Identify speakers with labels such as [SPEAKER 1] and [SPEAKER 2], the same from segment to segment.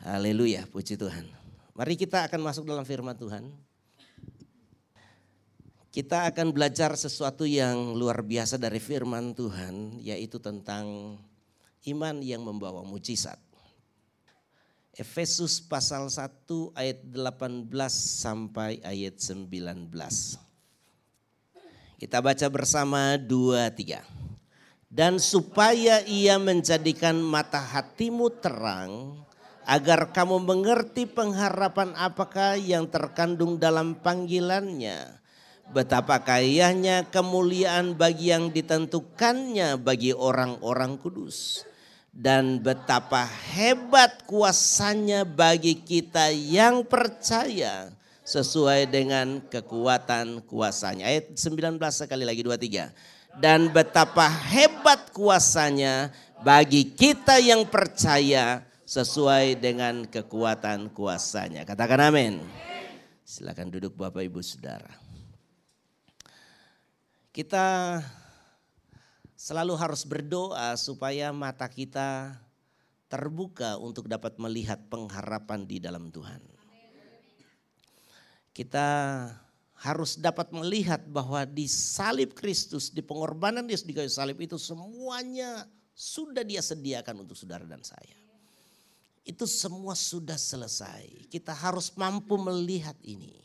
[SPEAKER 1] Haleluya, puji Tuhan. Mari kita akan masuk dalam firman Tuhan. Kita akan belajar sesuatu yang luar biasa dari firman Tuhan, yaitu tentang iman yang membawa mujizat. Efesus pasal 1 ayat 18 sampai ayat 19. Kita baca bersama 2-3. Dan supaya ia menjadikan mata hatimu terang, agar kamu mengerti pengharapan apakah yang terkandung dalam panggilannya. Betapa kayanya kemuliaan bagi yang ditentukannya bagi orang-orang kudus. Dan betapa hebat kuasanya bagi kita yang percaya sesuai dengan kekuatan kuasanya. Ayat 19 sekali lagi 2-3. Dan betapa hebat kuasanya bagi kita yang percaya sesuai dengan kekuatan kuasanya. Katakan amin. Silakan duduk Bapak Ibu Saudara. Kita selalu harus berdoa supaya mata kita terbuka untuk dapat melihat pengharapan di dalam Tuhan. Kita harus dapat melihat bahwa di salib Kristus, di pengorbanan Yesus di kayu salib itu semuanya sudah Dia sediakan untuk saudara dan saya. Itu semua sudah selesai. Kita harus mampu melihat ini.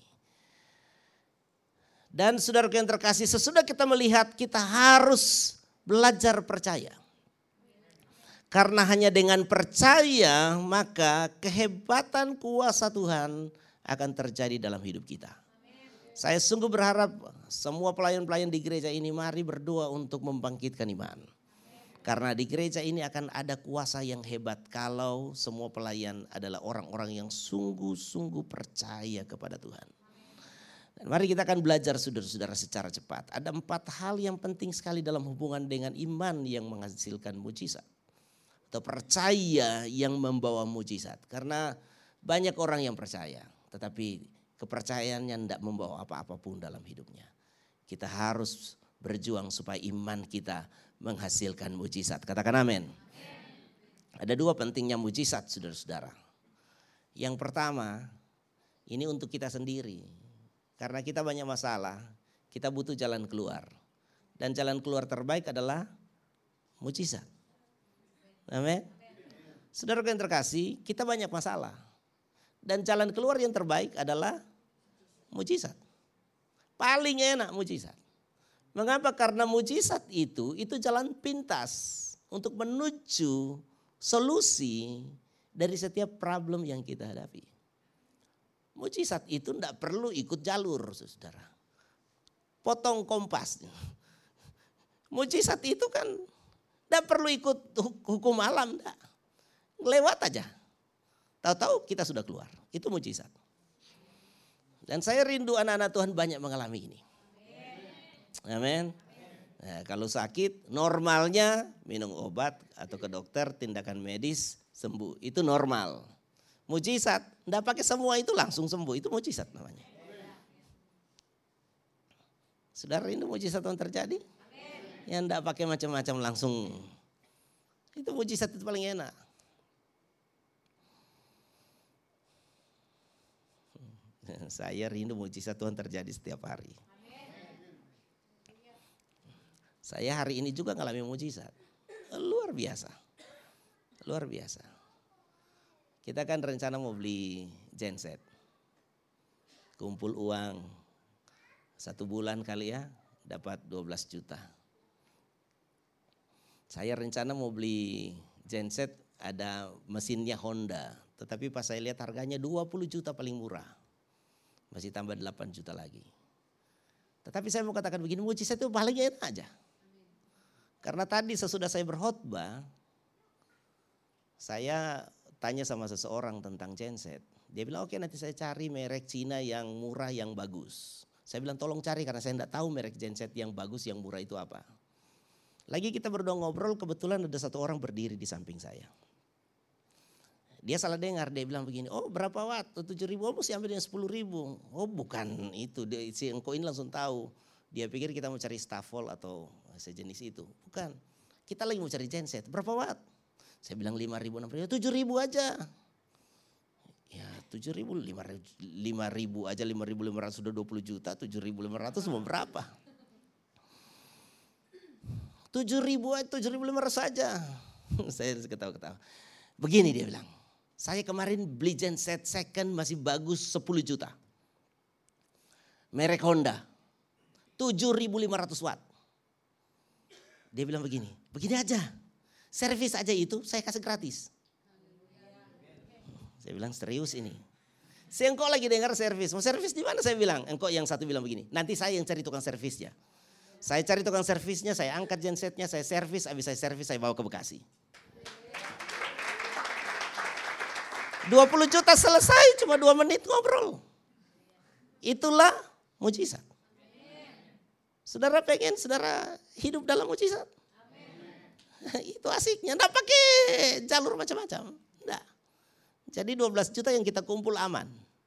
[SPEAKER 1] Dan saudara yang terkasih, sesudah kita melihat, kita harus belajar percaya. Karena hanya dengan percaya maka kehebatan kuasa Tuhan akan terjadi dalam hidup kita. Saya sungguh berharap semua pelayan-pelayan di gereja ini mari berdoa untuk membangkitkan iman. Karena di gereja ini akan ada kuasa yang hebat kalau semua pelayan adalah orang-orang yang sungguh-sungguh percaya kepada Tuhan. Dan mari kita akan belajar saudara-saudara secara cepat. Ada 4 hal yang penting sekali dalam hubungan dengan iman yang menghasilkan mujizat. Atau percaya yang membawa mujizat. Karena banyak orang yang percaya tetapi kepercayaannya tidak membawa apa-apa pun dalam hidupnya. Kita harus berjuang supaya iman kita menghasilkan mujizat. Katakan amin. Ada 2 pentingnya mujizat saudara-saudara. Yang pertama, ini untuk kita sendiri. Karena kita banyak masalah, kita butuh jalan keluar. Dan jalan keluar terbaik adalah mujizat. Amin. Saudara yang terkasih, kita banyak masalah. Dan jalan keluar yang terbaik adalah mujizat. Paling enak mujizat. Mengapa? Karena mujizat itu jalan pintas untuk menuju solusi dari setiap problem yang kita hadapi. Mujizat itu tidak perlu ikut jalur, saudara. Potong kompas. Mujizat itu kan tidak perlu ikut hukum alam. Enggak. Lewat aja. Tahu-tahu kita sudah keluar. Itu mujizat. Dan saya rindu anak-anak Tuhan banyak mengalami ini. Amin. Nah, kalau sakit normalnya minum obat atau ke dokter, tindakan medis, sembuh. Itu normal. Mujizat, enggak pakai semua itu langsung sembuh. Itu mujizat namanya. Saudara rindu mujizat yang terjadi? Yang enggak pakai macam-macam langsung. Itu mujizat itu paling enak. Saya rindu mujizat Tuhan terjadi setiap hari. Saya hari ini juga ngalami mujizat. Luar biasa. Luar biasa. Kita kan rencana mau beli genset. Kumpul uang 1 bulan kali ya dapat 12 juta. Saya rencana mau beli genset ada mesinnya Honda. Tetapi pas saya lihat harganya 20 juta paling murah. Masih tambah 8 juta lagi. Tetapi saya mau katakan begini, mujizat itu paling enak aja. Karena tadi sesudah saya berkhotbah, saya tanya sama seseorang tentang genset. Dia bilang oke, nanti saya cari merek Cina yang murah yang bagus. Saya bilang tolong cari karena saya tidak tahu merek genset yang bagus yang murah itu apa. Lagi kita berdua ngobrol, kebetulan ada 1 orang berdiri di samping saya. Dia salah dengar, dia bilang begini, oh berapa watt? 7.000, oh mesti ambil yang 10.000. Oh bukan itu, si engkau ini langsung tahu. Dia pikir kita mau cari Stavol atau sejenis itu. Bukan, kita lagi mau cari genset, berapa watt? Saya bilang 5.000, 6.000, 7.000 aja. 7.000, 5.000 aja, 5.500 sudah 20 juta, 7.500 mau berapa? 7.500 saja. Saya ketawa-ketawa. Begini dia bilang, saya kemarin beli genset second masih bagus 10 juta. Merek Honda, 7.500 watt. Dia bilang begini aja, servis aja itu saya kasih gratis. Saya bilang serius ini. Saya engkau lagi dengar servis, mau servis di mana saya bilang? Engkau yang satu bilang begini, nanti saya yang cari tukang servisnya. Saya cari tukang servisnya, saya angkat gensetnya, saya servis, habis saya servis saya bawa ke Bekasi. 20 juta selesai, cuma 2 menit ngobrol. Itulah mujizat. Saudara pengen saudara hidup dalam mujizat? Itu asiknya, enggak pakai jalur macam-macam. Enggak. Jadi 12 juta yang kita kumpul aman.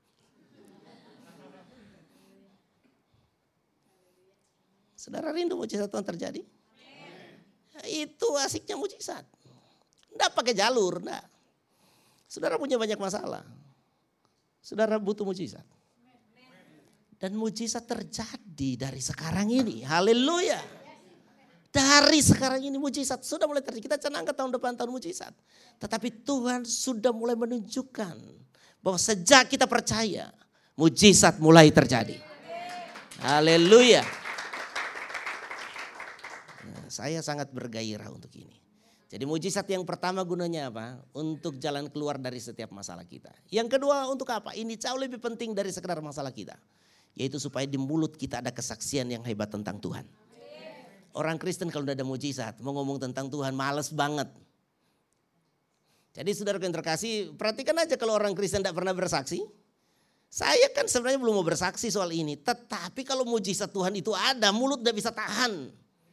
[SPEAKER 1] Saudara rindu mujizat Tuhan terjadi? Itu asiknya mujizat. Enggak pakai jalur, enggak. Saudara punya banyak masalah. Saudara butuh mujizat. Dan mujizat terjadi dari sekarang ini. Haleluya. Dari sekarang ini mujizat sudah mulai terjadi. Kita canangkan tahun depan tahun mujizat. Tetapi Tuhan sudah mulai menunjukkan bahwa sejak kita percaya, mujizat mulai terjadi. Haleluya. Nah, saya sangat bergairah untuk ini. Jadi mujizat yang pertama gunanya apa? Untuk jalan keluar dari setiap masalah kita. Yang kedua untuk apa? Ini jauh lebih penting dari sekedar masalah kita. Yaitu supaya di mulut kita ada kesaksian yang hebat tentang Tuhan. Orang Kristen kalau tidak ada mujizat, mau ngomong tentang Tuhan males banget. Jadi saudara yang terkasih, perhatikan aja kalau orang Kristen tidak pernah bersaksi. Saya kan sebenarnya belum mau bersaksi soal ini. Tetapi kalau mujizat Tuhan itu ada, mulut tidak bisa tahan.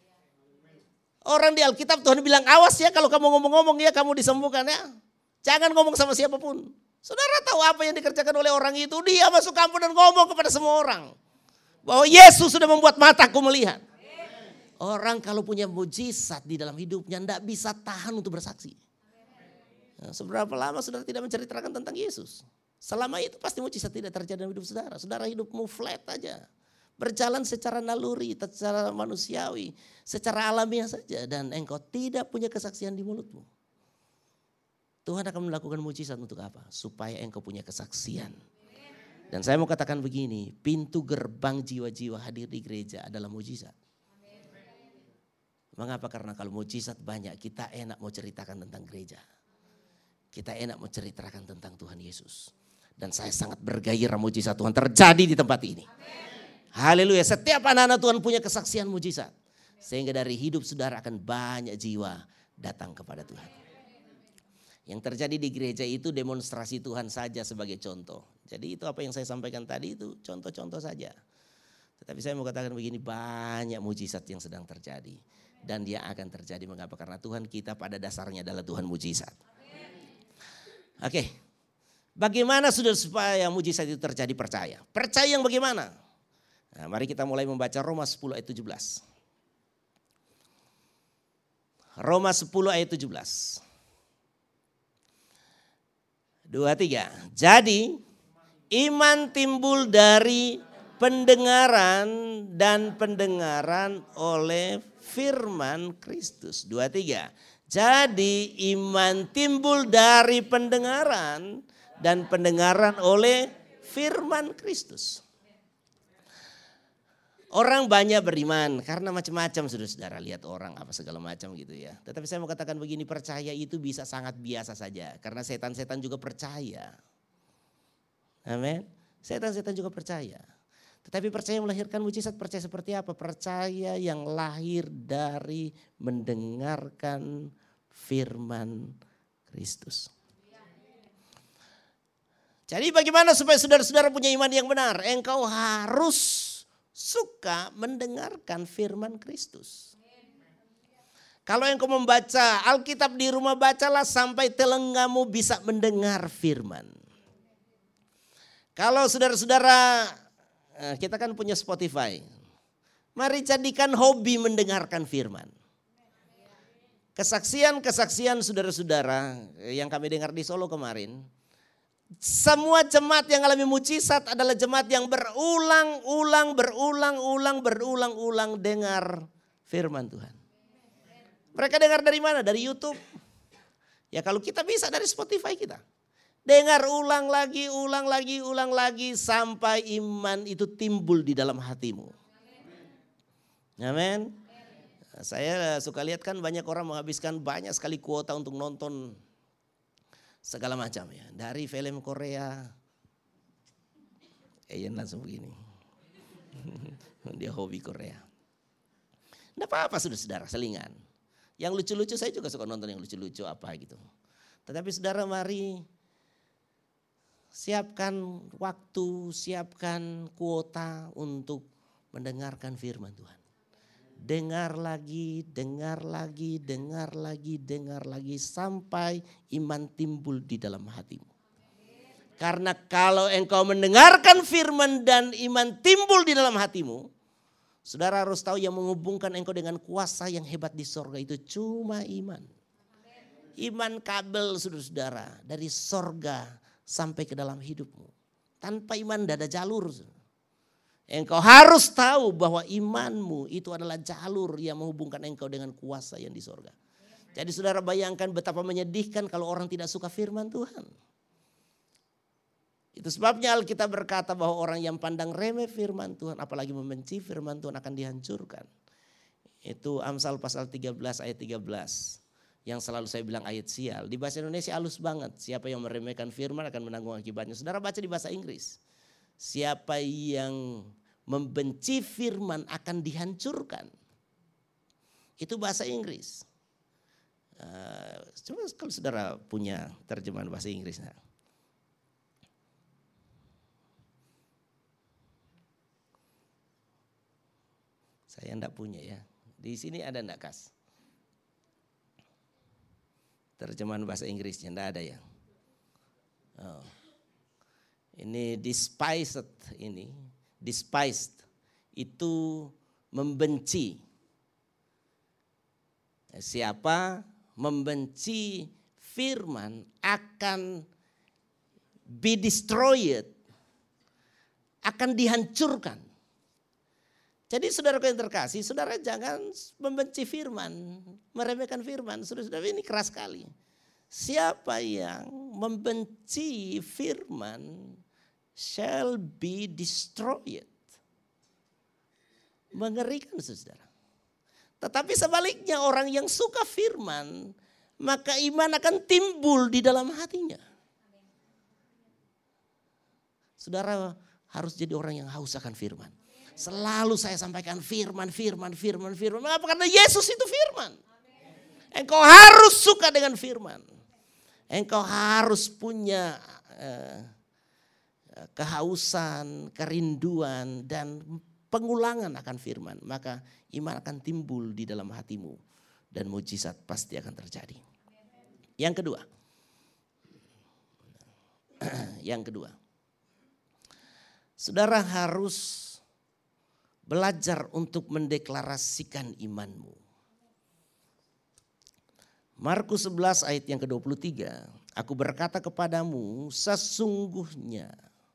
[SPEAKER 1] Orang di Alkitab Tuhan bilang, awas ya kalau kamu ngomong-ngomong ya kamu disembuhkan ya. Jangan ngomong sama siapapun. Saudara tahu apa yang dikerjakan oleh orang itu? Dia masuk kampung dan ngomong kepada semua orang. Bahwa Yesus sudah membuat mataku melihat. Orang kalau punya mujizat di dalam hidupnya tidak bisa tahan untuk bersaksi. Nah, seberapa lama saudara tidak menceritakan tentang Yesus? Selama itu pasti mujizat tidak terjadi dalam hidup saudara. Saudara hidupmu flat aja. Berjalan secara naluri, secara manusiawi, secara alamiah saja. Dan engkau tidak punya kesaksian di mulutmu. Tuhan akan melakukan mujizat untuk apa? Supaya engkau punya kesaksian. Dan saya mau katakan begini, pintu gerbang jiwa-jiwa hadir di gereja adalah mujizat. Mengapa? Karena kalau mujizat banyak, kita enak mau ceritakan tentang gereja. Kita enak mau ceritakan tentang Tuhan Yesus. Dan saya sangat bergairah mujizat Tuhan terjadi di tempat ini. Haleluya, setiap anak-anak Tuhan punya kesaksian mujizat. Sehingga dari hidup saudara akan banyak jiwa datang kepada Tuhan. Yang terjadi di gereja itu demonstrasi Tuhan saja sebagai contoh. Jadi itu apa yang saya sampaikan tadi itu contoh-contoh saja. Tetapi saya mau katakan begini, banyak mujizat yang sedang terjadi. Dan dia akan terjadi. Mengapa? Karena Tuhan kita pada dasarnya adalah Tuhan mujizat. Oke. Bagaimana sudah supaya mujizat itu terjadi? Percaya. Percaya yang bagaimana? Nah, mari kita mulai membaca Roma 10 ayat 17. Roma 10 ayat 17. 2, 3. Jadi iman timbul dari pendengaran dan pendengaran oleh firman Kristus. 2, 3. Jadi iman timbul dari pendengaran dan pendengaran oleh firman Kristus. Orang banyak beriman karena macam-macam saudara lihat orang apa segala macam gitu ya. Tetapi saya mau katakan begini, percaya itu bisa sangat biasa saja. Karena setan-setan juga percaya. Amin. Setan-setan juga percaya. Tetapi percaya melahirkan mujizat, percaya seperti apa? Percaya yang lahir dari mendengarkan firman Kristus. Jadi bagaimana supaya saudara-saudara punya iman yang benar? Engkau harus suka mendengarkan firman Kristus. Kalau engkau membaca Alkitab di rumah, bacalah sampai telingamu bisa mendengar firman. Kalau saudara-saudara, kita kan punya Spotify. Mari jadikan hobi mendengarkan firman. Kesaksian-kesaksian saudara-saudara yang kami dengar di Solo kemarin, semua jemaat yang alami mujizat adalah jemaat yang berulang-ulang dengar firman Tuhan. Mereka dengar dari mana? Dari YouTube. Ya kalau kita bisa dari Spotify kita. Dengar ulang lagi sampai iman itu timbul di dalam hatimu. Amin. Saya suka lihat kan banyak orang menghabiskan banyak sekali kuota untuk nonton segala macam ya. Dari film Korea. Langsung begini. Dia hobi Korea. Tidak apa-apa saudara, selingan. Yang lucu-lucu saya juga suka nonton yang lucu-lucu apa gitu. Tetapi saudara mari siapkan waktu, siapkan kuota untuk mendengarkan firman Tuhan. Dengar lagi sampai iman timbul di dalam hatimu. Karena kalau engkau mendengarkan firman dan iman timbul di dalam hatimu, saudara harus tahu yang menghubungkan engkau dengan kuasa yang hebat di sorga itu cuma iman. Iman kabel saudara dari sorga sampai ke dalam hidupmu. Tanpa iman tidak ada jalur. Engkau harus tahu bahwa imanmu itu adalah jalur yang menghubungkan engkau dengan kuasa yang di sorga. Jadi saudara bayangkan betapa menyedihkan kalau orang tidak suka firman Tuhan. Itu sebabnya Alkitab berkata bahwa orang yang pandang remeh firman Tuhan, apalagi membenci firman Tuhan akan dihancurkan. Itu Amsal pasal 13 ayat 13. Yang selalu saya bilang ayat sial. Di bahasa Indonesia halus banget. Siapa yang meremehkan firman akan menanggung akibatnya. Saudara baca di bahasa Inggris. Siapa yang membenci firman akan dihancurkan. Itu bahasa Inggris. Coba kalau saudara punya terjemahan bahasa Inggris. Saya enggak punya ya. Di sini ada enggak Kas? Terjemahan bahasa Inggrisnya enggak ada ya. Oh. Ini despised ini. Despised itu membenci. Siapa membenci firman akan be destroyed. Akan dihancurkan. Jadi saudara yang terkasih, saudara jangan membenci firman, meremehkan firman. Saudara ini keras sekali. Siapa yang membenci firman shall be destroyed. Mengerikan saudara. Tetapi sebaliknya orang yang suka firman, maka iman akan timbul di dalam hatinya. Saudara harus jadi orang yang haus akan firman. Selalu saya sampaikan firman. Mengapa? Karena Yesus itu firman. Engkau harus suka dengan firman. Engkau harus punya kehausan, kerinduan dan pengulangan akan firman. Maka iman akan timbul di dalam hatimu. Dan mujizat pasti akan terjadi. Yang kedua. Saudara harus belajar untuk mendeklarasikan imanmu. Markus 11 ayat yang ke-23. Aku berkata kepadamu sesungguhnya.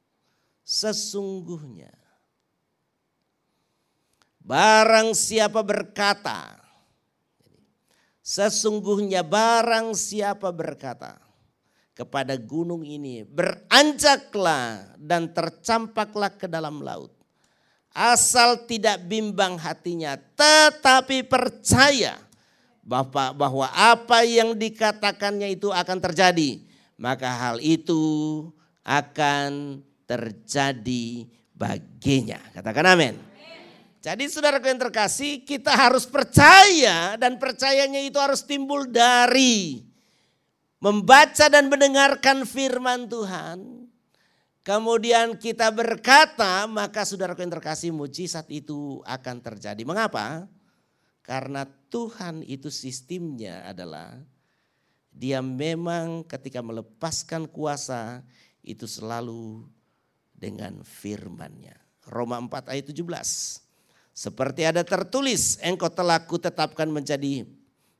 [SPEAKER 1] Barang siapa berkata. Sesungguhnya barang siapa berkata. Kepada gunung ini beranjaklah dan tercampaklah ke dalam laut. Asal tidak bimbang hatinya, tetapi percaya bahwa apa yang dikatakannya itu akan terjadi. Maka hal itu akan terjadi baginya. Katakan amin. Jadi saudaraku yang terkasih, kita harus percaya dan percayanya itu harus timbul dari membaca dan mendengarkan firman Tuhan. Kemudian kita berkata, maka saudaraku yang terkasih mujizat itu akan terjadi. Mengapa? Karena Tuhan itu sistemnya adalah dia memang ketika melepaskan kuasa itu selalu dengan firman-Nya. Roma 4 ayat 17. Seperti ada tertulis, engkau telah kutetapkan menjadi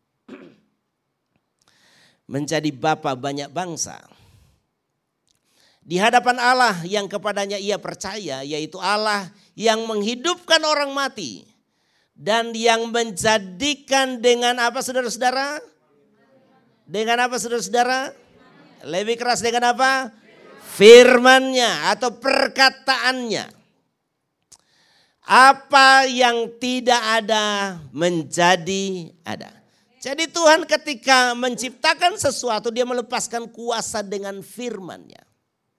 [SPEAKER 1] bapa banyak bangsa. di hadapan Allah yang kepadanya ia percaya, yaitu Allah yang menghidupkan orang mati dan yang menjadikan dengan apa saudara-saudara? Dengan apa saudara-saudara? Lebih keras dengan apa? Firman-Nya atau perkataannya. Apa yang tidak ada menjadi ada. Jadi Tuhan ketika menciptakan sesuatu, dia melepaskan kuasa dengan firman-Nya.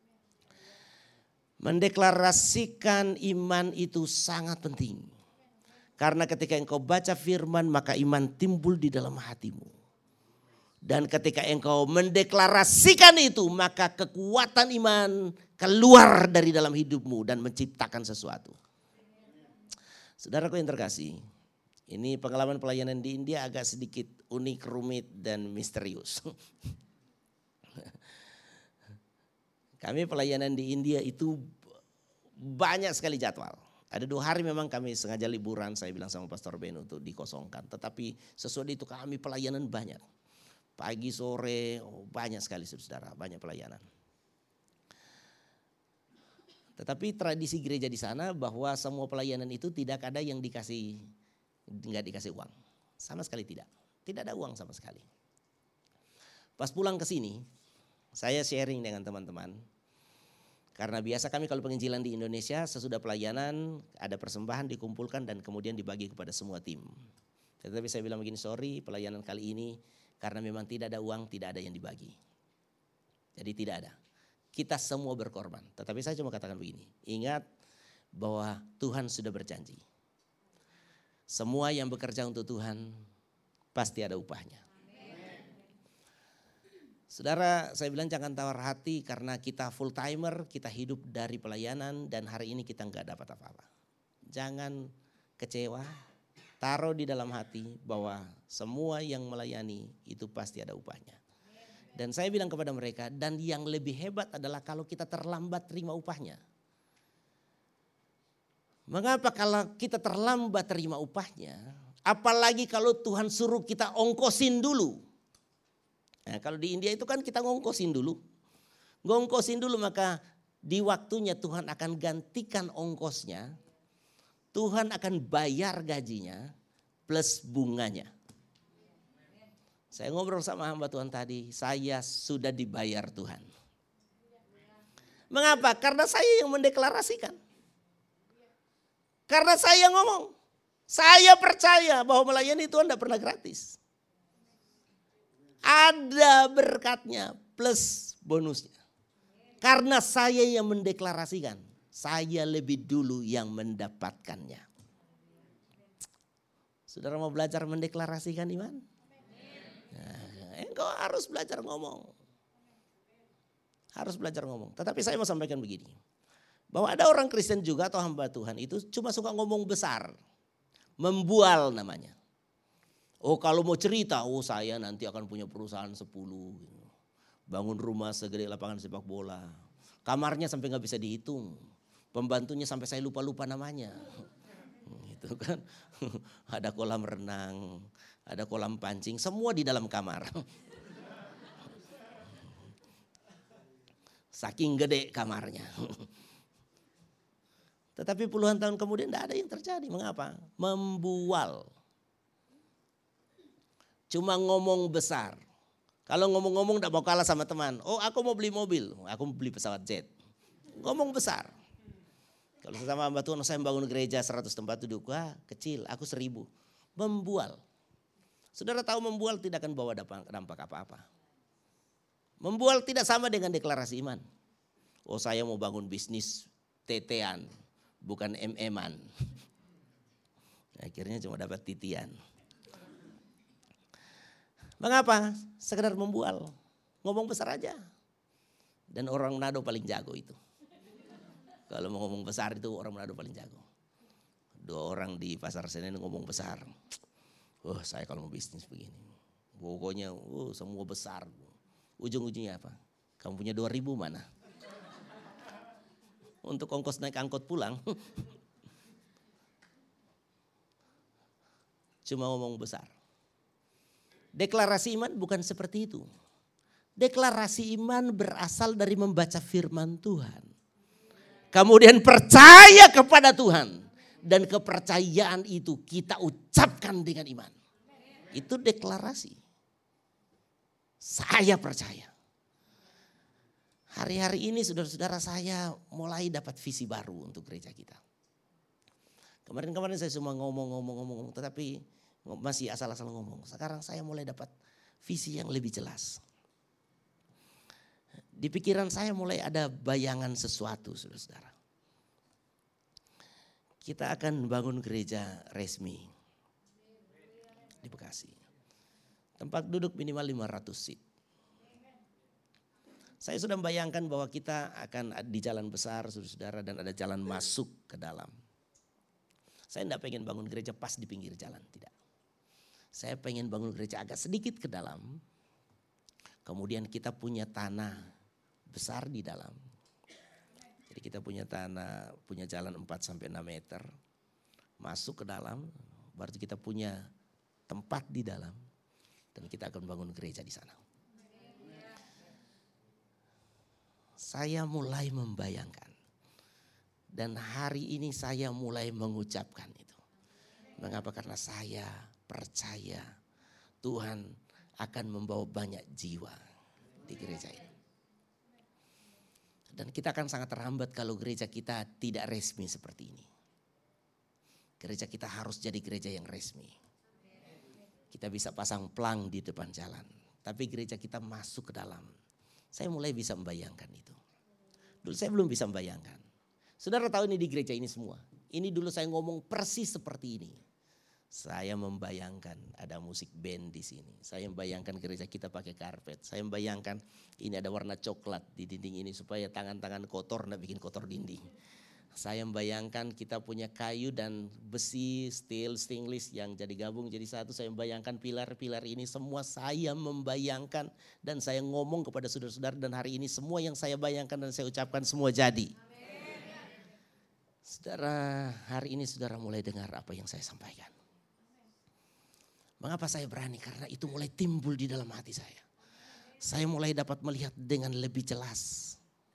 [SPEAKER 1] Mendeklarasikan iman itu sangat penting. Karena ketika engkau baca firman, maka iman timbul di dalam hatimu. Dan ketika engkau mendeklarasikan itu, maka kekuatan iman keluar dari dalam hidupmu dan menciptakan sesuatu. Saudaraku yang terkasih, ini pengalaman pelayanan di India agak sedikit unik, rumit, dan misterius. Kami pelayanan di India itu banyak sekali jadwal. Ada 2 hari memang kami sengaja liburan, saya bilang sama Pastor Ben untuk dikosongkan. Tetapi sesudah itu kami pelayanan banyak. Pagi, sore, banyak sekali saudara, banyak pelayanan. Tetapi tradisi gereja di sana bahwa semua pelayanan itu tidak ada yang nggak dikasih uang. Sama sekali tidak. Tidak ada uang sama sekali. Pas pulang ke sini, saya sharing dengan teman-teman. Karena biasa kami kalau penginjilan di Indonesia sesudah pelayanan ada persembahan dikumpulkan dan kemudian dibagi kepada semua tim. Tetapi saya bilang begini, sorry pelayanan kali ini karena memang tidak ada uang, tidak ada yang dibagi. Jadi tidak ada. Kita semua berkorban. Tetapi saya cuma katakan begini, ingat bahwa Tuhan sudah berjanji. Semua yang bekerja untuk Tuhan pasti ada upahnya. Saudara, saya bilang jangan tawar hati karena kita full timer, kita hidup dari pelayanan dan hari ini kita enggak dapat apa-apa. Jangan kecewa, taruh di dalam hati bahwa semua yang melayani itu pasti ada upahnya. Dan saya bilang kepada mereka, dan yang lebih hebat adalah kalau kita terlambat terima upahnya. Mengapa kalau kita terlambat terima upahnya? Apalagi kalau Tuhan suruh kita ongkosin dulu. Nah, kalau di India itu kan kita ngongkosin dulu. Ngongkosin dulu maka di waktunya Tuhan akan gantikan ongkosnya. Tuhan akan bayar gajinya plus bunganya. Saya ngobrol sama hamba Tuhan tadi, saya sudah dibayar Tuhan. Mengapa? Karena saya yang mendeklarasikan. Karena saya ngomong. Saya percaya bahwa melayani Tuhan tidak pernah gratis. Ada berkatnya plus bonusnya. Karena saya yang mendeklarasikan, saya lebih dulu yang mendapatkannya. Saudara mau belajar mendeklarasikan iman? Nah, engkau harus belajar ngomong. Harus belajar ngomong. Tetapi saya mau sampaikan begini. Bahwa ada orang Kristen juga atau hamba Tuhan itu cuma suka ngomong besar. Membual namanya. Oh kalau mau cerita, oh saya nanti akan punya perusahaan 10. Bangun rumah segede lapangan sepak bola. Kamarnya sampai gak bisa dihitung. Pembantunya sampai saya lupa-lupa namanya. Gitu kan. Ada kolam renang, ada kolam pancing, semua di dalam kamar. Saking gede kamarnya. Tetapi puluhan tahun kemudian tidak ada yang terjadi. Mengapa? Membual. Cuma ngomong besar. Kalau ngomong-ngomong tidak mau kalah sama teman. Oh aku mau beli mobil, aku mau beli pesawat jet. Ngomong besar. Kalau sama hamba Tuhan saya bangun gereja 100 tempat duduk, wah kecil, aku 1000. Membual. Saudara tahu membual tidak akan bawa dampak apa-apa. Membual tidak sama dengan deklarasi iman. Oh saya mau bangun bisnis tetean, bukan MM-an. Akhirnya cuma dapat titian. Mengapa? Sekedar membual. Ngomong besar aja. Dan orang Manado paling jago itu. Kalau mau ngomong besar itu orang Manado paling jago. 2 orang di Pasar Senen ngomong besar. Oh saya kalau mau bisnis begini. Pokoknya semua besar. Ujung-ujungnya apa? Kamu punya 2.000 mana? Untuk ongkos naik angkot pulang. Cuma ngomong besar. Deklarasi iman bukan seperti itu. Deklarasi iman berasal dari membaca firman Tuhan. Kemudian percaya kepada Tuhan. Dan kepercayaan itu kita ucapkan dengan iman. Itu deklarasi. Saya percaya. Hari-hari ini saudara-saudara saya mulai dapat visi baru untuk gereja kita. Kemarin-kemarin saya cuma ngomong, tetapi masih asal-asal ngomong. Sekarang saya mulai dapat visi yang lebih jelas. Di pikiran saya mulai ada bayangan sesuatu, saudara-saudara. Kita akan bangun gereja resmi di Bekasi. Tempat duduk minimal 500 seat. Saya sudah membayangkan bahwa kita akan di jalan besar, saudara-saudara, dan ada jalan masuk ke dalam. Saya tidak pengen bangun gereja pas di pinggir jalan, tidak. Saya pengen bangun gereja agak sedikit ke dalam. Kemudian kita punya tanah besar di dalam. Jadi kita punya tanah, punya jalan 4-6 meter. Masuk ke dalam, berarti kita punya tempat di dalam. Dan kita akan bangun gereja di sana. Saya mulai membayangkan. Dan hari ini saya mulai mengucapkan itu. Mengapa? Karena saya percaya Tuhan akan membawa banyak jiwa di gereja ini. Dan kita akan sangat terhambat kalau gereja kita tidak resmi seperti ini. Gereja kita harus jadi gereja yang resmi. Kita bisa pasang plang di depan jalan. Tapi gereja kita masuk ke dalam. Saya mulai bisa membayangkan itu. Dulu saya belum bisa membayangkan. Saudara tahu ini di gereja ini semua. Ini dulu saya ngomong persis seperti ini. Saya membayangkan ada musik band di sini. Saya membayangkan gereja kita pakai karpet. Saya membayangkan ini ada warna coklat di dinding ini supaya tangan-tangan kotor enggak bikin kotor dinding. Saya membayangkan kita punya kayu dan besi, steel, stainless yang jadi gabung jadi satu. Saya membayangkan pilar-pilar ini semua saya membayangkan dan saya ngomong kepada saudara-saudara dan hari ini semua yang saya bayangkan dan saya ucapkan semua jadi. Saudara, hari ini saudara mulai dengar apa yang saya sampaikan. Mengapa saya berani? Karena itu mulai timbul di dalam hati saya. Saya mulai dapat melihat dengan lebih jelas.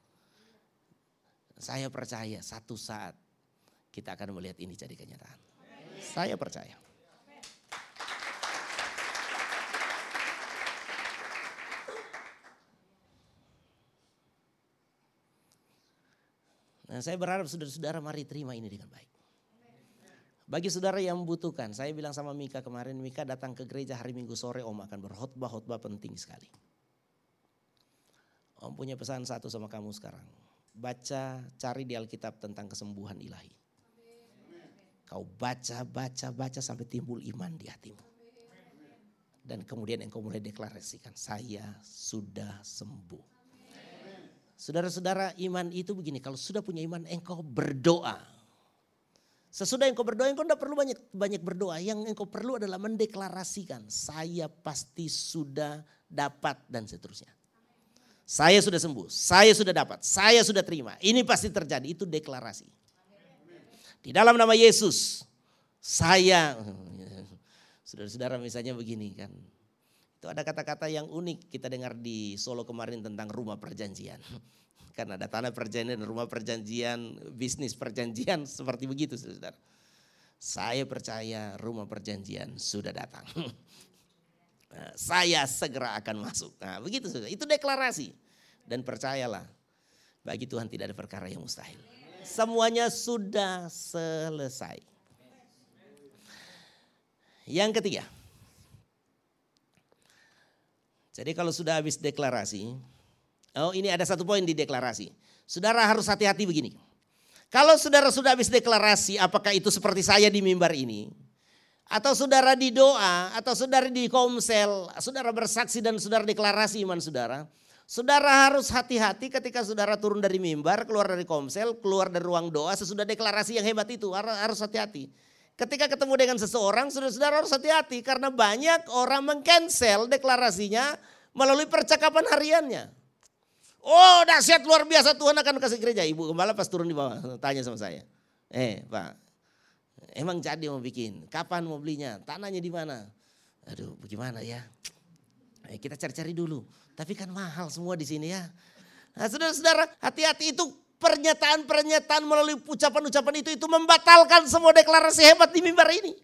[SPEAKER 1] Saya percaya satu saat kita akan melihat ini jadi kenyataan. Saya percaya. Nah, saya berharap saudara-saudara mari terima ini dengan baik. Bagi saudara yang membutuhkan, saya bilang sama Mika kemarin, Mika datang ke gereja hari Minggu sore, Om akan berkhotbah penting sekali. Om punya pesan satu sama kamu sekarang. Baca, cari di Alkitab tentang kesembuhan ilahi. Kau baca sampai timbul iman di hatimu. Dan kemudian engkau mulai deklarasikan, saya sudah sembuh. Saudara-saudara, iman itu begini, kalau sudah punya iman engkau berdoa. Sesudah engkau berdoa, engkau tidak perlu banyak berdoa. Yang engkau perlu adalah mendeklarasikan, saya pasti sudah dapat dan seterusnya. Saya sudah sembuh, saya sudah dapat, saya sudah terima. Ini pasti terjadi, itu deklarasi. Di dalam nama Yesus, saya, saudara-saudara misalnya begini kan. Itu ada kata-kata yang unik kita dengar di Solo kemarin tentang rumah perjanjian. Karena ada tanah perjanjian dan rumah perjanjian, bisnis perjanjian seperti begitu saudara. Saya percaya rumah perjanjian sudah datang. Saya segera akan masuk. Nah begitu saudara, itu deklarasi. Dan percayalah, bagi Tuhan tidak ada perkara yang mustahil. Semuanya sudah selesai. Yang ketiga. Jadi kalau sudah habis deklarasi, ini ada satu poin di deklarasi. Saudara harus hati-hati begini. Kalau saudara sudah habis deklarasi, apakah itu seperti saya di mimbar ini? Atau saudara di doa, atau saudara di komsel, saudara bersaksi dan saudara deklarasi iman saudara. Saudara harus hati-hati ketika saudara turun dari mimbar, keluar dari komsel, keluar dari ruang doa, sesudah deklarasi yang hebat itu harus hati-hati. Ketika ketemu dengan seseorang, saudara-saudara harus hati-hati karena banyak orang meng-cancel deklarasinya melalui percakapan hariannya. Oh dahsyat luar biasa Tuhan akan kasih gereja. Ibu gembala pas turun di bawah tanya sama saya. Pak, emang jadi mau bikin? Kapan mau belinya? Tanahnya di mana? Aduh bagaimana ya? Kita cari-cari dulu. Tapi kan mahal semua di sini ya. Nah, saudara-saudara, hati-hati, itu pernyataan-pernyataan melalui ucapan-ucapan itu membatalkan semua deklarasi hebat di mimbar ini.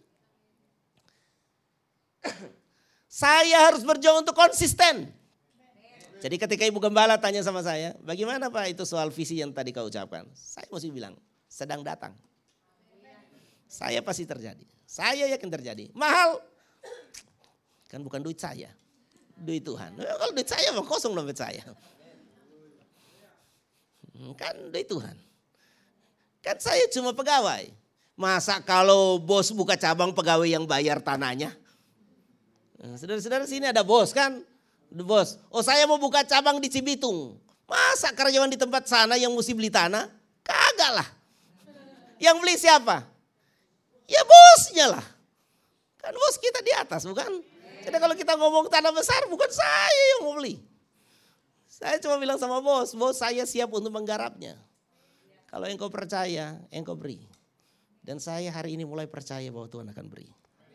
[SPEAKER 1] Saya harus berjuang untuk konsisten. Jadi ketika Ibu Gembala tanya sama saya, bagaimana Pak itu soal visi yang tadi kau ucapkan? Saya mesti bilang, sedang datang. Saya pasti terjadi. Saya yakin terjadi. Mahal. Kan bukan duit saya. Duit Tuhan. Kalau duit saya mah kosong dompet saya. Kan duit Tuhan. Kan saya cuma pegawai. Masa kalau bos buka cabang pegawai yang bayar tanahnya? Saudara-saudara, sini ada bos kan? Bos, oh saya mau buka cabang di Cibitung. Masa karyawan di tempat sana yang mesti beli tanah? Kagak lah. Yang beli siapa? Ya bosnya lah. Kan bos kita di atas bukan? Jadi kalau kita ngomong tanah besar bukan saya yang mau beli. Saya cuma bilang sama bos, bos saya siap untuk menggarapnya. Kalau engkau percaya, engkau beri. Dan saya hari ini mulai percaya bahwa Tuhan akan beri.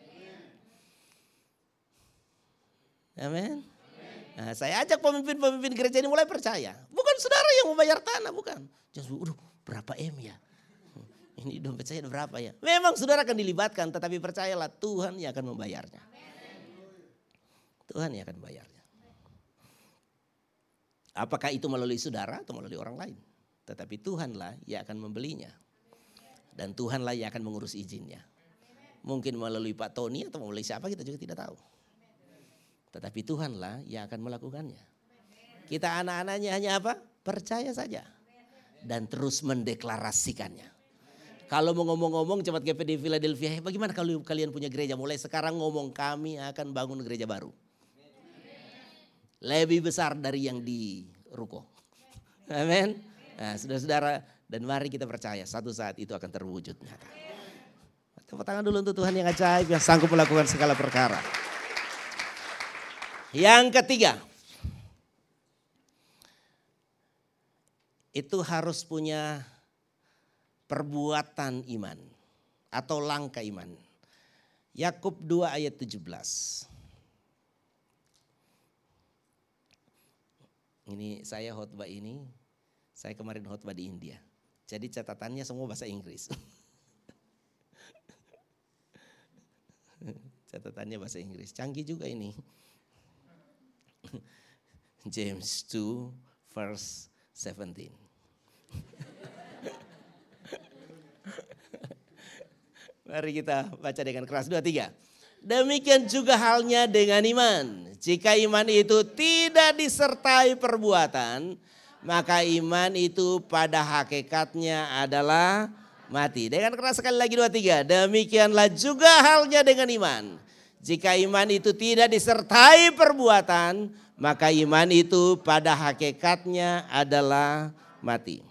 [SPEAKER 1] Amin. Nah, saya ajak pemimpin-pemimpin gereja ini mulai percaya. Bukan saudara yang membayar tanah, bukan. Jangan, berapa M ya? Ini dompet saya berapa ya? Memang saudara akan dilibatkan, tetapi percayalah Tuhan yang akan membayarnya. Tuhan yang akan membayarnya. Apakah itu melalui saudara atau melalui orang lain? Tetapi Tuhanlah yang akan membelinya. Dan Tuhanlah yang akan mengurus izinnya. Mungkin melalui Pak Tony atau melalui siapa kita juga tidak tahu. Tetapi Tuhanlah yang akan melakukannya. Kita anak-anaknya hanya apa? Percaya saja. Dan terus mendeklarasikannya. Kalau mau ngomong-ngomong cepat GPD Philadelphia, bagaimana kalau kalian punya gereja? Mulai sekarang ngomong kami akan bangun gereja baru. Lebih besar dari yang di Ruko. Amin. Nah, saudara-saudara, dan mari kita percaya satu saat itu akan terwujud nyata. Tepuk tangan dulu untuk Tuhan yang ajaib, yang sanggup melakukan segala perkara. Yang ketiga, itu harus punya perbuatan iman atau langkah iman. Yakub 2 ayat 17. Ini saya khotbah ini, saya kemarin khotbah di India. Jadi catatannya semua bahasa Inggris. Catatannya bahasa Inggris, canggih juga ini. James 2 verse 17. Mari kita baca dengan keras, 2, 3. Demikian juga halnya dengan iman. Jika iman itu tidak disertai perbuatan, maka iman itu pada hakikatnya adalah mati. Dengan keras sekali lagi, 2, 3. Demikianlah juga halnya dengan iman. Jika iman itu tidak disertai perbuatan, maka iman itu pada hakikatnya adalah mati.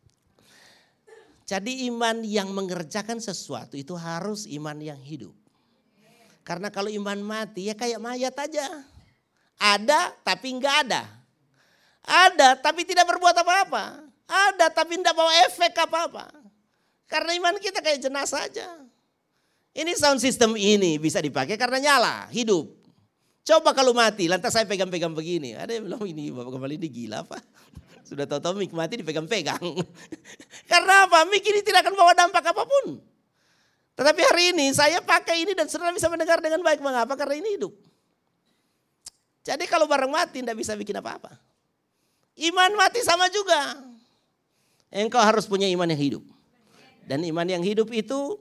[SPEAKER 1] Jadi iman yang mengerjakan sesuatu itu harus iman yang hidup. Karena kalau iman mati ya kayak mayat aja. Ada tapi enggak ada. Ada tapi tidak berbuat apa-apa. Ada tapi tidak bawa efek apa-apa. Karena iman kita kayak jenazah aja. Ini sound system ini bisa dipakai karena nyala, hidup. Coba kalau mati, lantas saya pegang-pegang begini. Ada yang bilang ini Bapak Gembala ini gila Pak. Sudah tahu-tahu mik mati dipegang-pegang. Karena apa? Mik ini tidak akan bawa dampak apapun. Tetapi hari ini saya pakai ini dan saudara bisa mendengar dengan baik. Mengapa? Karena ini hidup. Jadi kalau barang mati tidak bisa bikin apa-apa. Iman mati sama juga. Engkau harus punya iman yang hidup. Dan iman yang hidup itu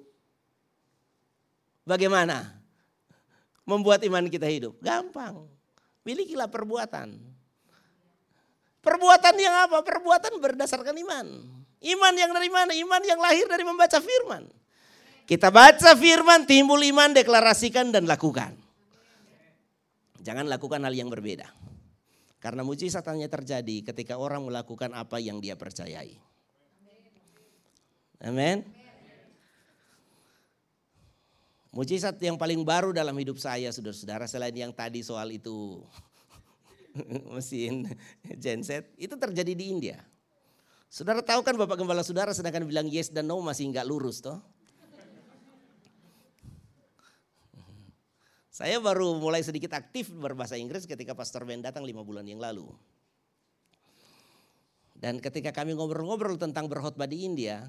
[SPEAKER 1] bagaimana membuat iman kita hidup? Gampang. Milikilah perbuatan. Perbuatan yang apa? Perbuatan berdasarkan iman. Iman yang dari mana? Iman yang lahir dari membaca firman. Kita baca firman, timbul iman, deklarasikan dan lakukan. Jangan lakukan hal yang berbeda. Karena mujizat hanya terjadi ketika orang melakukan apa yang dia percayai. Amin. Mujizat yang paling baru dalam hidup saya, saudara-saudara, selain yang tadi soal itu mesin genset, itu terjadi di India. Saudara tahu kan Bapak Gembala saudara sedangkan bilang yes dan no masih enggak lurus toh. Saya baru mulai sedikit aktif berbahasa Inggris ketika Pastor Ben datang 5 bulan yang lalu. Dan ketika kami ngobrol-ngobrol tentang berkhotbah di India,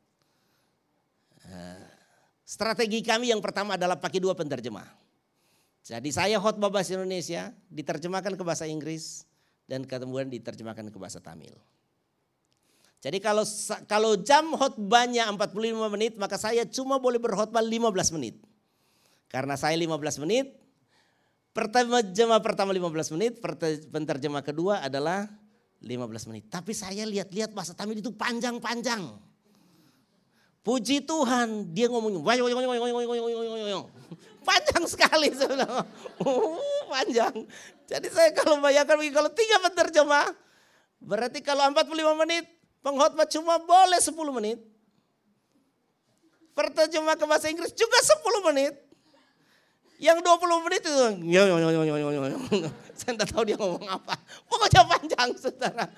[SPEAKER 1] strategi kami yang pertama adalah pakai 2 penterjemah. Jadi saya khotbah bahasa Indonesia, diterjemahkan ke bahasa Inggris, dan kemudian diterjemahkan ke bahasa Tamil. Jadi kalau jam khotbahnya 45 menit, maka saya cuma boleh berkhotbah 15 menit. Karena saya 15 menit, penterjemah pertama 15 menit, penterjemah kedua adalah 15 menit. Tapi saya lihat-lihat bahasa Tamil itu panjang-panjang. Puji Tuhan, dia ngomongnya panjang sekali. Panjang. Jadi saya kalau bayangkan kalau 3 penterjemah, berarti kalau 45 menit, pengkhotbah cuma boleh 10 menit. Penterjemah ke bahasa Inggris juga 10 menit. Yang 20 menit itu, saya tidak tahu dia ngomong apa. Pokoknya panjang, saudara.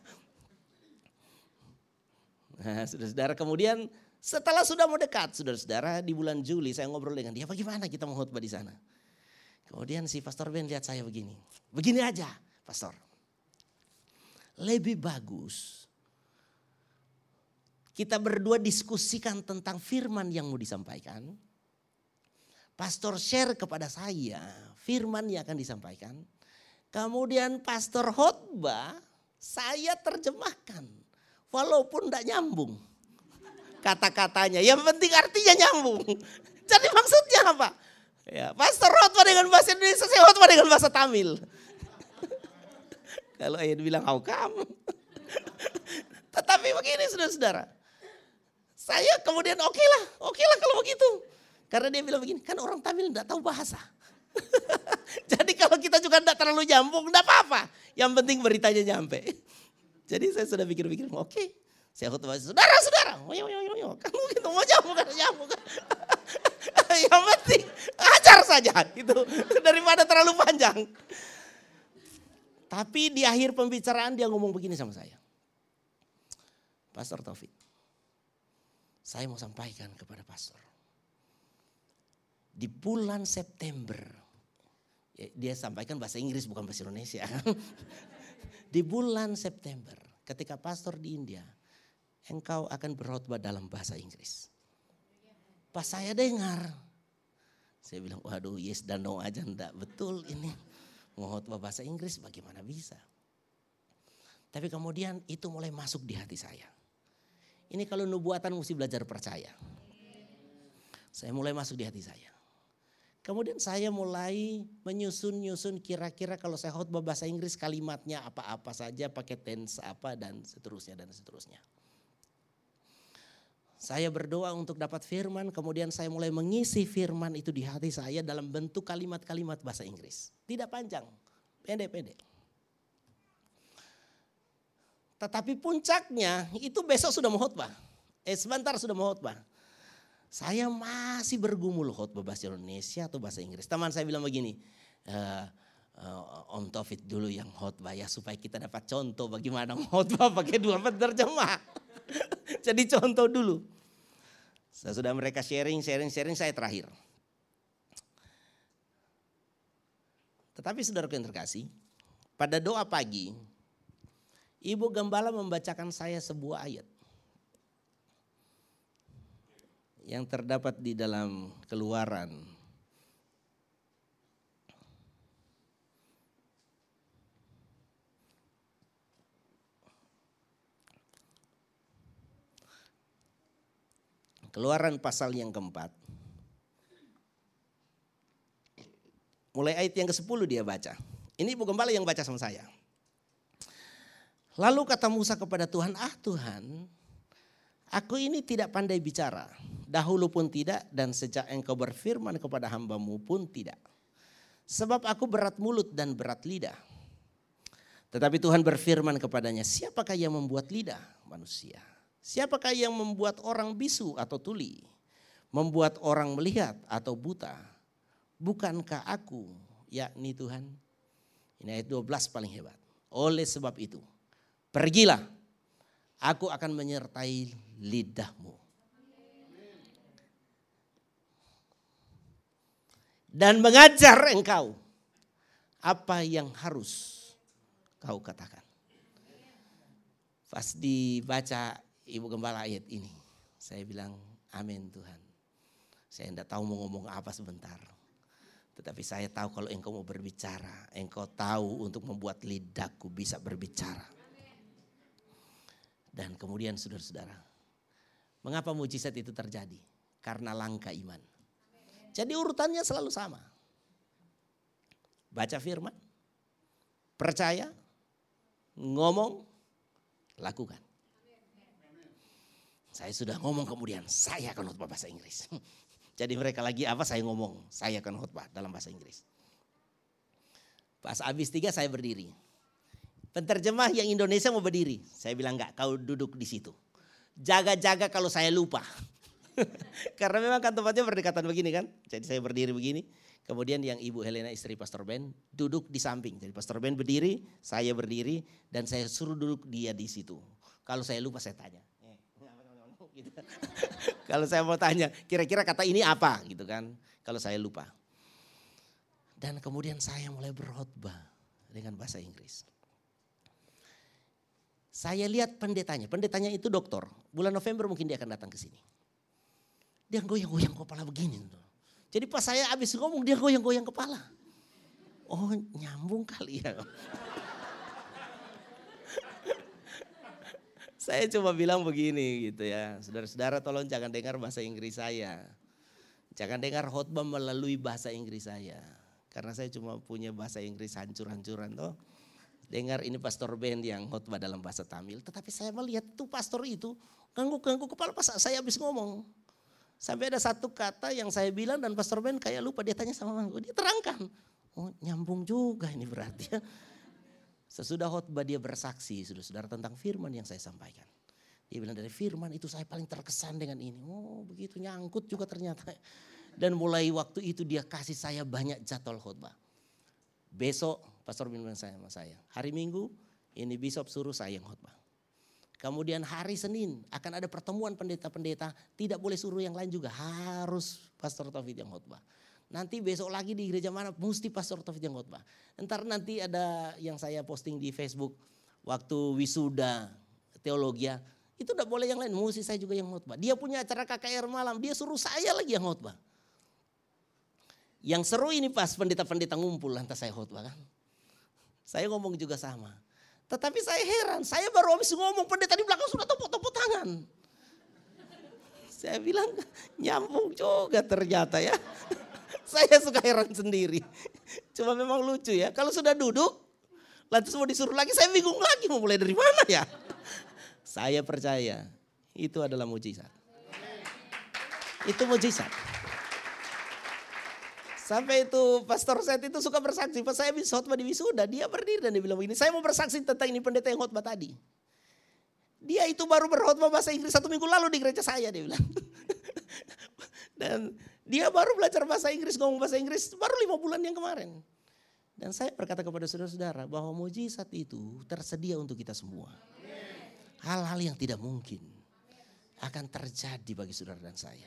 [SPEAKER 1] Nah, saudara-saudara, kemudian setelah sudah mau dekat, saudara-saudara, di bulan Juli saya ngobrol dengan dia, bagaimana kita mau khotbah di sana. Kemudian si Pastor Ben lihat saya begini. Begini aja, Pastor. Lebih bagus kita berdua diskusikan tentang firman yang mau disampaikan. Pastor share kepada saya firman yang akan disampaikan. Kemudian pastor khotbah, saya terjemahkan. Walaupun tidak nyambung kata-katanya. Yang penting artinya nyambung. Jadi maksudnya apa? Ya, pastor khotbah dengan bahasa Indonesia, saya khotbah dengan bahasa Tamil. Kalau ayah bilang how come? Tetapi begini saudara-saudara. Saya kemudian oke lah kalau begitu. Karena dia bilang begini, kan orang Tamil tidak tahu bahasa. Jadi kalau kita juga tidak terlalu nyambung, tidak apa-apa. Yang penting beritanya nyampe. Jadi saya sudah pikir-pikir, oke. Saya khotbah, saudara-saudara, kamu gitu mau nyambung kan nyambung. Yang penting ajar saja gitu, daripada terlalu panjang. Tapi di akhir pembicaraan dia ngomong begini sama saya. Pastor Taufik, saya mau sampaikan kepada pastor. Di bulan September, dia sampaikan bahasa Inggris bukan bahasa Indonesia. Di bulan September ketika pastor di India, engkau akan berkhotbah dalam bahasa Inggris. Pas saya dengar, saya bilang waduh yes dan no aja enggak betul ini. Mau khotbah bahasa Inggris bagaimana bisa. Tapi kemudian itu mulai masuk di hati saya. Ini kalau nubuatan mesti belajar percaya. Saya mulai masuk di hati saya. Kemudian saya mulai menyusun kira-kira kalau saya khotbah bahasa Inggris kalimatnya apa-apa saja, pakai tense apa dan seterusnya dan seterusnya. Saya berdoa untuk dapat firman, kemudian saya mulai mengisi firman itu di hati saya dalam bentuk kalimat-kalimat bahasa Inggris. Tidak panjang, pendek-pendek. Tetapi puncaknya itu besok sudah mau khotbah. Sebentar sudah mau khotbah. Saya masih bergumul khotbah bahasa Indonesia atau bahasa Inggris. Teman saya bilang begini, Om Taufik dulu yang khotbah ya supaya kita dapat contoh bagaimana khotbah pakai 2 penterjemah. Jadi contoh dulu. Sesudah mereka sharing saya terakhir. Tetapi saudaraku yang terkasih, pada doa pagi, Ibu Gembala membacakan saya sebuah ayat. Yang terdapat di dalam Keluaran. Keluaran pasal yang keempat. Mulai ayat yang ke-10 dia baca. Ini Ibu Gembala yang baca sama saya. Lalu kata Musa kepada Tuhan, Tuhan, aku ini tidak pandai bicara. Dahulu pun tidak dan sejak engkau berfirman kepada hambamu pun tidak. Sebab aku berat mulut dan berat lidah. Tetapi Tuhan berfirman kepadanya, siapakah yang membuat lidah? Manusia. Siapakah yang membuat orang bisu atau tuli? Membuat orang melihat atau buta? Bukankah aku, yakni Tuhan? Ini ayat 12 paling hebat. Oleh sebab itu, pergilah, aku akan menyertai lidahmu. dan mengajar engkau apa yang harus kau katakan. Pas dibaca Ibu Gembala ayat ini, saya bilang amin Tuhan. Saya tidak tahu mau ngomong apa sebentar. Tetapi saya tahu kalau engkau mau berbicara, engkau tahu untuk membuat lidahku bisa berbicara. Dan kemudian saudara-saudara, mengapa mujizat itu terjadi? Karena langkah iman. Jadi urutannya selalu sama. Baca firman, percaya, ngomong, lakukan. Saya sudah ngomong kemudian saya akan khotbah bahasa Inggris. Jadi mereka lagi apa saya ngomong, saya akan khotbah dalam bahasa Inggris. Pas habis 3 saya berdiri. Penterjemah yang Indonesia mau berdiri. Saya bilang enggak, kau duduk di situ. Jaga-jaga kalau saya lupa. Karena memang kan tempatnya berdekatan begini kan. Jadi saya berdiri begini. Kemudian yang Ibu Helena istri Pastor Ben duduk di samping. Jadi Pastor Ben berdiri, saya berdiri dan saya suruh duduk dia di situ. Kalau saya lupa saya tanya. Gitu. Kalau saya mau tanya, kira-kira kata ini apa gitu kan. Kalau saya lupa. Dan kemudian saya mulai berkhotbah dengan bahasa Inggris. Saya lihat pendetanya itu dokter. Bulan November mungkin dia akan datang ke sini. Dia goyang-goyang kepala begini. Jadi pas saya habis ngomong dia goyang-goyang kepala. Oh nyambung kali ya. Saya cuma bilang begini gitu ya. Saudara-saudara tolong jangan dengar bahasa Inggris saya. Jangan dengar khotbah melalui bahasa Inggris saya. Karena saya cuma punya bahasa Inggris hancur-hancuran toh. Dengar ini Pastor Ben yang khotbah dalam bahasa Tamil. Tetapi saya melihat tuh pastor itu ganggu-ganggu kepala pas saya habis ngomong. Sampai ada satu kata yang saya bilang dan Pastor Ben kayak lupa. Dia tanya sama aku, dia terangkan. Oh nyambung juga ini berarti ya. Sesudah khotbah dia bersaksi, saudara-saudara tentang firman yang saya sampaikan. Dia bilang dari firman itu saya paling terkesan dengan ini. Oh begitu nyangkut juga ternyata. Dan mulai waktu itu dia kasih saya banyak jadwal khotbah. Besok Pastor bilang sama saya, hari Minggu ini Bishop suruh saya yang khotbah. Kemudian hari Senin akan ada pertemuan pendeta-pendeta, tidak boleh suruh yang lain juga, harus Pastor Taufik yang khotbah. Nanti besok lagi di gereja mana mesti Pastor Taufik yang khotbah. Ntar nanti ada yang saya posting di Facebook waktu wisuda teologi itu udah boleh yang lain, mesti saya juga yang khotbah. Dia punya acara KKR malam, dia suruh saya lagi yang khotbah. Yang seru ini pas pendeta-pendeta ngumpul lantas saya khotbah kan. Saya ngomong juga sama. Tetapi saya heran, saya baru habis ngomong pendeta di belakang sudah tepuk-tepuk tangan. Saya bilang nyambung juga ternyata ya. Saya suka heran sendiri. Cuma memang lucu ya. Kalau sudah duduk, lantas mau disuruh lagi, saya bingung lagi mau mulai dari mana ya. Saya percaya itu adalah mujizat. Itu mujizat. Sampai itu Pastor Seth itu suka bersaksi. Pas saya habis khotbah di wisuda, dia berdiri dan dia bilang begini, saya mau bersaksi tentang ini pendeta yang khotbah tadi. Dia itu baru berkhotbah bahasa Inggris 1 minggu lalu di gereja saya, dia bilang. Dan dia baru belajar bahasa Inggris, ngomong bahasa Inggris baru 5 bulan yang kemarin. Dan saya berkata kepada saudara-saudara bahwa mujizat itu tersedia untuk kita semua. Hal-hal yang tidak mungkin akan terjadi bagi saudara dan saya.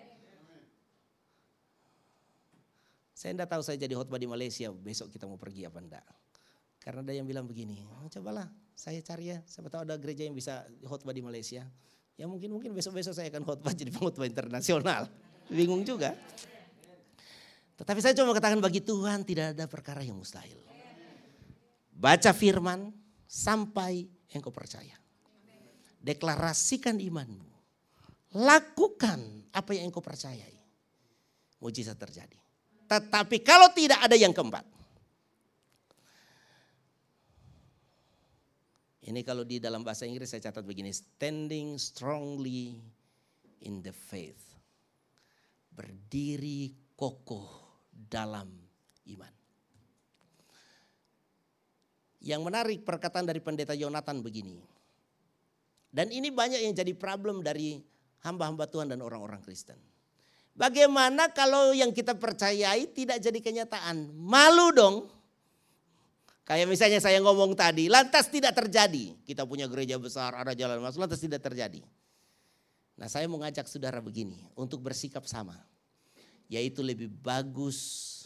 [SPEAKER 1] Saya tidak tahu saya jadi khotbah di Malaysia, besok kita mau pergi apa enggak. Karena ada yang bilang begini, oh, cobalah saya cari ya, siapa tahu ada gereja yang bisa khotbah di Malaysia. Ya mungkin besok-besok saya akan khotbah jadi pengkhotbah internasional. Bingung juga. Tetapi saya cuma katakan bagi Tuhan tidak ada perkara yang mustahil. Baca firman sampai engkau percaya. Deklarasikan imanmu. Lakukan apa yang engkau percayai. Mujizat terjadi. Tetapi kalau tidak ada yang keempat. Ini kalau di dalam bahasa Inggris saya catat begini. Standing strongly in the faith. Berdiri kokoh dalam iman. Yang menarik perkataan dari pendeta Yonatan begini. Dan ini banyak yang jadi problem dari hamba-hamba Tuhan dan orang-orang Kristen. Bagaimana kalau yang kita percayai tidak jadi kenyataan? Malu dong. Kayak misalnya saya ngomong tadi, lantas tidak terjadi. Kita punya gereja besar, ada jalan masuk, lantas tidak terjadi. Nah saya mau ngajak saudara begini, untuk bersikap sama. Yaitu lebih bagus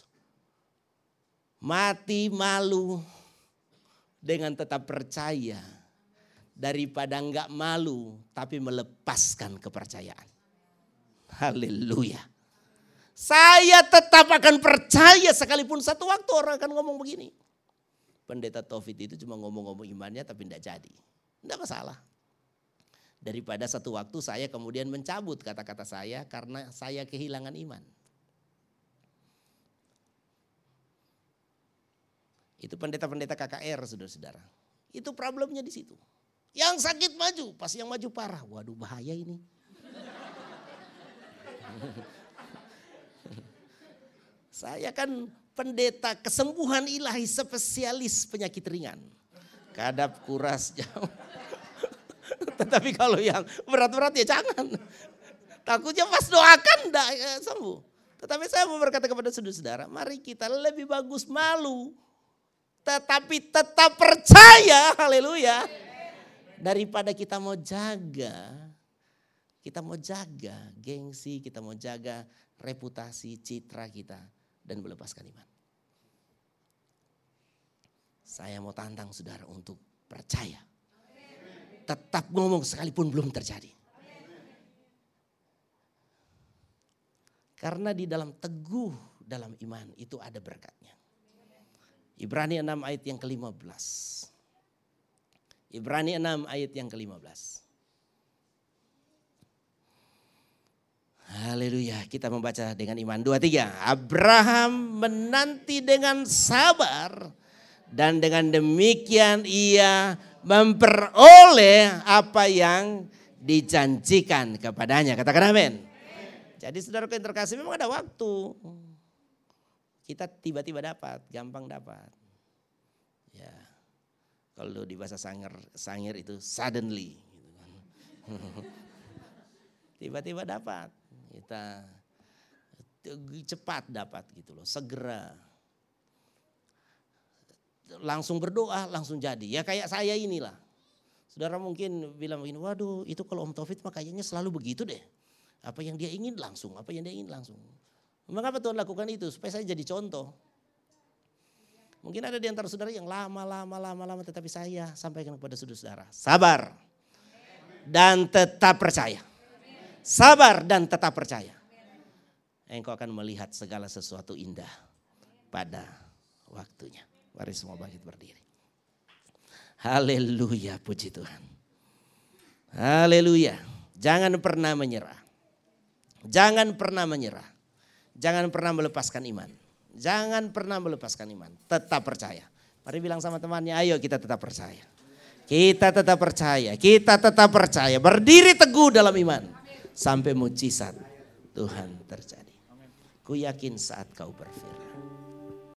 [SPEAKER 1] Mati malu dengan tetap percaya daripada enggak malu tapi melepaskan kepercayaan. Haleluya. Saya tetap akan percaya sekalipun satu waktu orang akan ngomong begini. Pendeta Taufik itu cuma ngomong-ngomong imannya tapi enggak jadi. Enggak masalah. Daripada satu waktu saya kemudian mencabut kata-kata saya karena saya kehilangan iman. Itu pendeta-pendeta KKR, saudara-saudara. Itu problemnya di situ. Yang sakit maju, pas yang maju parah. Waduh, bahaya ini. Saya kan pendeta kesembuhan ilahi spesialis penyakit ringan. Kadap, kuras, jauh. Tetapi kalau yang berat-berat ya jangan. Takutnya pas doakan enggak sembuh. Tetapi saya mau berkata kepada saudara-saudara, mari kita lebih bagus malu. Tetapi tetap percaya, haleluya. Daripada kita mau jaga gengsi, kita mau jaga reputasi, citra kita dan melepaskan iman. Saya mau tantang saudara untuk percaya. Tetap ngomong sekalipun belum terjadi. Karena di dalam teguh dalam iman itu ada berkatnya. Ibrani 6 ayat yang ke-15. Ibrani 6 ayat yang ke-15. Haleluya, kita membaca dengan iman. 2-3. Abraham menanti dengan sabar dan dengan demikian ia memperoleh apa yang dijanjikan kepadanya. Katakan amin. Jadi saudaraku yang terkasih memang ada waktu. Kita tiba-tiba dapat, gampang dapat. Ya, kalau di bahasa Sangir itu suddenly. Gitu kan. Tiba-tiba dapat, kita cepat dapat gitu loh, segera. Langsung berdoa, langsung jadi. Ya kayak saya inilah. Saudara mungkin bilang begini, waduh itu kalau Om Taufik mah kayaknya selalu begitu deh. Apa yang dia ingin langsung, apa yang dia ingin langsung. Mengapa Tuhan lakukan itu? Supaya saya jadi contoh. Mungkin ada di antara saudara yang lama tetapi saya sampaikan kepada saudara. Sabar dan tetap percaya. Sabar dan tetap percaya. Engkau akan melihat segala sesuatu indah pada waktunya. Mari semua bangkit berdiri. Haleluya, puji Tuhan. Haleluya. Jangan pernah menyerah. Jangan pernah menyerah. Jangan pernah melepaskan iman. Jangan pernah melepaskan iman. Tetap percaya. Mari bilang sama temannya, ayo kita tetap percaya. Kita tetap percaya. Kita tetap percaya. Berdiri teguh dalam iman. Sampai mujizat Tuhan terjadi. Ku yakin saat kau berfirman.